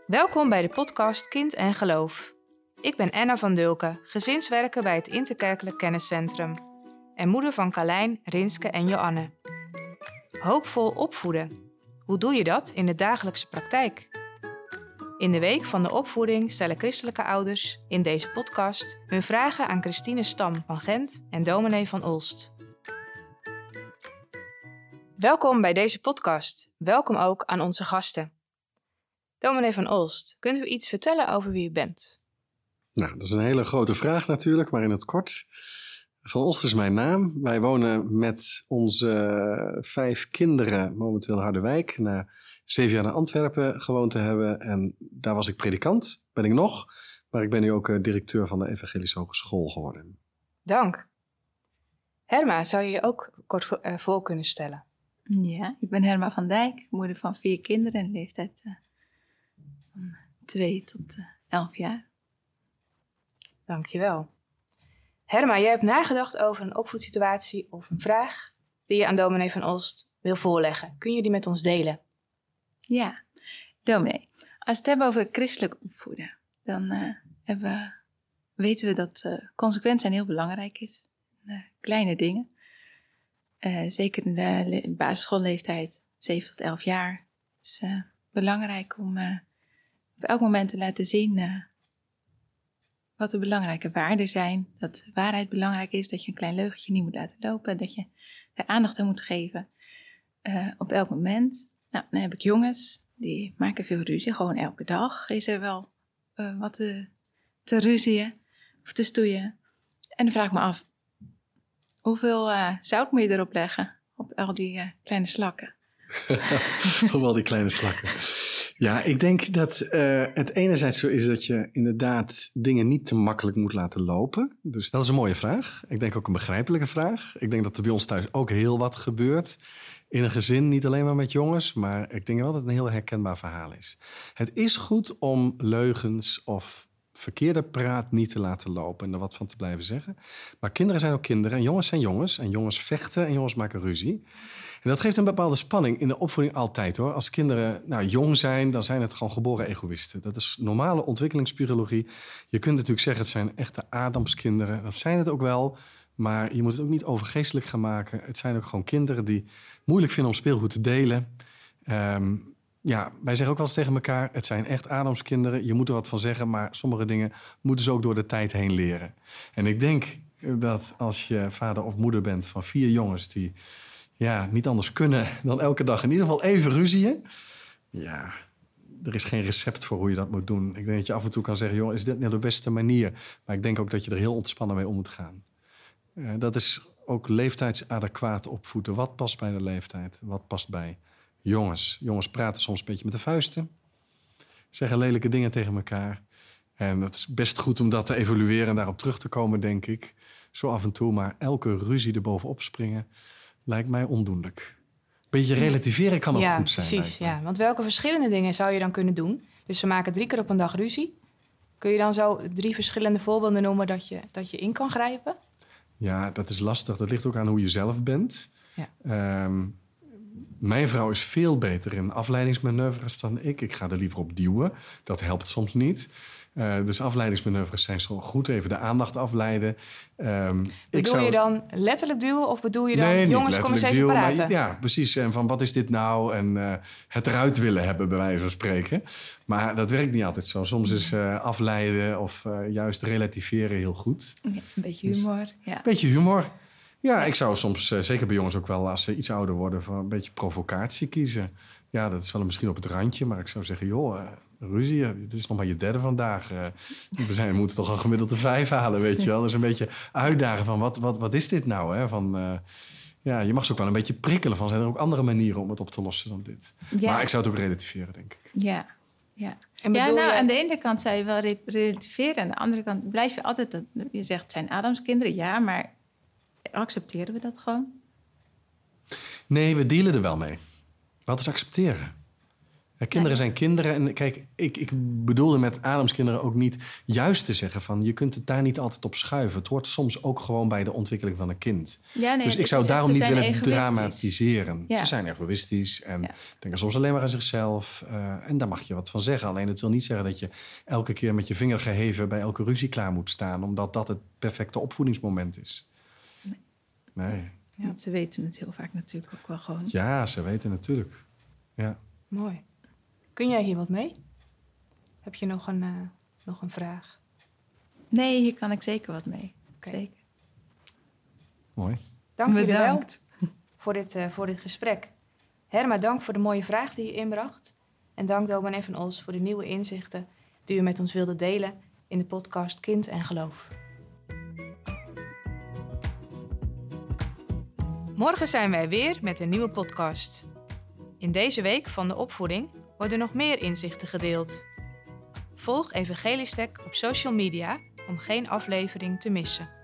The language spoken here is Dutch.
Welkom bij de podcast Kind en Geloof. Ik ben Anna van Dulken, gezinswerker bij het Interkerkelijk Kenniscentrum en moeder van Carlijn, Rinske en Joanne. Hoopvol opvoeden. Hoe doe je dat in de dagelijkse praktijk? In de week van de opvoeding stellen christelijke ouders in deze podcast hun vragen aan Christine Stam van Gent en dominee van Olst. Welkom bij deze podcast. Welkom ook aan onze gasten. Dominee van Olst, kunt u iets vertellen over wie u bent? Nou, dat is een hele grote vraag natuurlijk, maar in het kort. Van Olst is mijn naam. Wij wonen met onze 5 kinderen momenteel in Harderwijk. Na 7 jaar in Antwerpen gewoond te hebben. En daar was ik predikant, ben ik nog. Maar ik ben nu ook directeur van de Evangelische Hogeschool geworden. Dank. Herma, zou je je ook kort voor kunnen stellen? Ja, ik ben Herma van Dijk, moeder van 4 kinderen in leeftijd van 2 tot 11 jaar. Dankjewel. Herma, jij hebt nagedacht over een opvoedsituatie of een vraag die je aan dominee van Olst wil voorleggen. Kun je die met ons delen? Ja, dominee. Als we het hebben over christelijk opvoeden, dan weten we dat consequent zijn heel belangrijk is. Kleine dingen. Zeker in de basisschoolleeftijd, 7 tot 11 jaar, is belangrijk om op elk moment te laten zien wat de belangrijke waarden zijn. Dat waarheid belangrijk is, dat je een klein leugentje niet moet laten lopen, dat je er aandacht aan moet geven op elk moment. Nou, dan heb ik jongens, die maken veel ruzie, gewoon elke dag is er wel wat te ruzien of te stoeien. En dan vraag ik me af, hoeveel zout moet je erop leggen? Op al die kleine slakken. Op al die kleine slakken. Ja, ik denk dat het enerzijds zo is dat je inderdaad dingen niet te makkelijk moet laten lopen. Dus dat is een mooie vraag. Ik denk ook een begrijpelijke vraag. Ik denk dat er bij ons thuis ook heel wat gebeurt. In een gezin, niet alleen maar met jongens. Maar ik denk wel dat het een heel herkenbaar verhaal is. Het is goed om leugens of verkeerde praat niet te laten lopen en er wat van te blijven zeggen. Maar kinderen zijn ook kinderen en jongens zijn jongens. En jongens vechten en jongens maken ruzie. En dat geeft een bepaalde spanning in de opvoeding altijd hoor. Als kinderen jong zijn, dan zijn het gewoon geboren egoïsten. Dat is normale ontwikkelingspsychologie. Je kunt natuurlijk zeggen, het zijn echte Adamskinderen. Dat zijn het ook wel. Maar je moet het ook niet overgeestelijk gaan maken. Het zijn ook gewoon kinderen die moeilijk vinden om speelgoed te delen. Ja, wij zeggen ook wel eens tegen elkaar, het zijn echt Adamskinderen. Je moet er wat van zeggen, maar sommige dingen moeten ze ook door de tijd heen leren. En ik denk dat als je vader of moeder bent van 4 jongens die niet anders kunnen dan elke dag in ieder geval even ruzieën. Ja, er is geen recept voor hoe je dat moet doen. Ik denk dat je af en toe kan zeggen, joh, is dit nou de beste manier? Maar ik denk ook dat je er heel ontspannen mee om moet gaan. Dat is ook leeftijdsadequaat opvoeden. Wat past bij de leeftijd? Wat past bij jongens? Jongens praten soms een beetje met de vuisten. Zeggen lelijke dingen tegen elkaar. En het is best goed om dat te evalueren en daarop terug te komen, denk ik. Zo af en toe, maar elke ruzie erbovenop springen lijkt mij ondoenlijk. Beetje relativeren kan ook goed zijn. Precies, ja. Want welke verschillende dingen zou je dan kunnen doen? Dus ze maken 3 keer op een dag ruzie. Kun je dan zo 3 verschillende voorbeelden noemen dat je in kan grijpen? Ja, dat is lastig. Dat ligt ook aan hoe je zelf bent. Ja. Mijn vrouw is veel beter in afleidingsmanoeuvres dan ik. Ik ga er liever op duwen. Dat helpt soms niet. Dus afleidingsmanoeuvres zijn zo goed. Even de aandacht afleiden. Bedoel je dan letterlijk duwen? Of bedoel je dan, jongens, kom eens even duwen, praten? Maar, ja, precies. En van, wat is dit nou? En het eruit willen hebben, bij wijze van spreken. Maar dat werkt niet altijd zo. Soms is afleiden of juist relativeren heel goed. Ja, een beetje humor. Dus, ja. Een beetje humor. Ja, ik zou soms, zeker bij jongens ook wel, als ze iets ouder worden, voor een beetje provocatie kiezen. Ja, dat is wel misschien op het randje, maar ik zou zeggen, joh, ruzie, het is nog maar je 3e vandaag. We moeten toch een gemiddelde 5 halen, weet je wel. Dat is een beetje uitdagen van, wat is dit nou? Hè? Van, je mag ze ook wel een beetje prikkelen van, zijn er ook andere manieren om het op te lossen dan dit? Ja. Maar ik zou het ook relativeren, denk ik. Ja. Aan de ene kant zou je wel relativeren. Aan de andere kant blijf je altijd, je zegt, het zijn Adamskinderen, ja, maar accepteren we dat gewoon? Nee, we dealen er wel mee. Wat is accepteren? Kinderen zijn kinderen. En kijk, ik bedoelde met Adamskinderen ook niet juist te zeggen van... je kunt het daar niet altijd op schuiven. Het hoort soms ook gewoon bij de ontwikkeling van een kind. Ja, nee, dus ik zou daarom niet willen dramatiseren. Ja. Ze zijn egoïstisch en denken soms alleen maar aan zichzelf. En daar mag je wat van zeggen. Alleen het wil niet zeggen dat je elke keer met je vinger geheven... bij elke ruzie klaar moet staan. Omdat dat het perfecte opvoedingsmoment is. Nee. Ja, ze weten het heel vaak natuurlijk ook wel gewoon. Ja, ze weten natuurlijk. Ja. Mooi. Kun jij hier wat mee? Heb je nog een vraag? Nee, hier kan ik zeker wat mee. Okay. Zeker. Mooi. Dank jullie wel voor dit gesprek. Herma, dank voor de mooie vraag die je inbracht. En dank Dominee van Os voor de nieuwe inzichten... die u met ons wilde delen in de podcast Kind en Geloof. Morgen zijn wij weer met een nieuwe podcast. In deze week van de opvoeding worden nog meer inzichten gedeeld. Volg Evangeliestek op social media om geen aflevering te missen.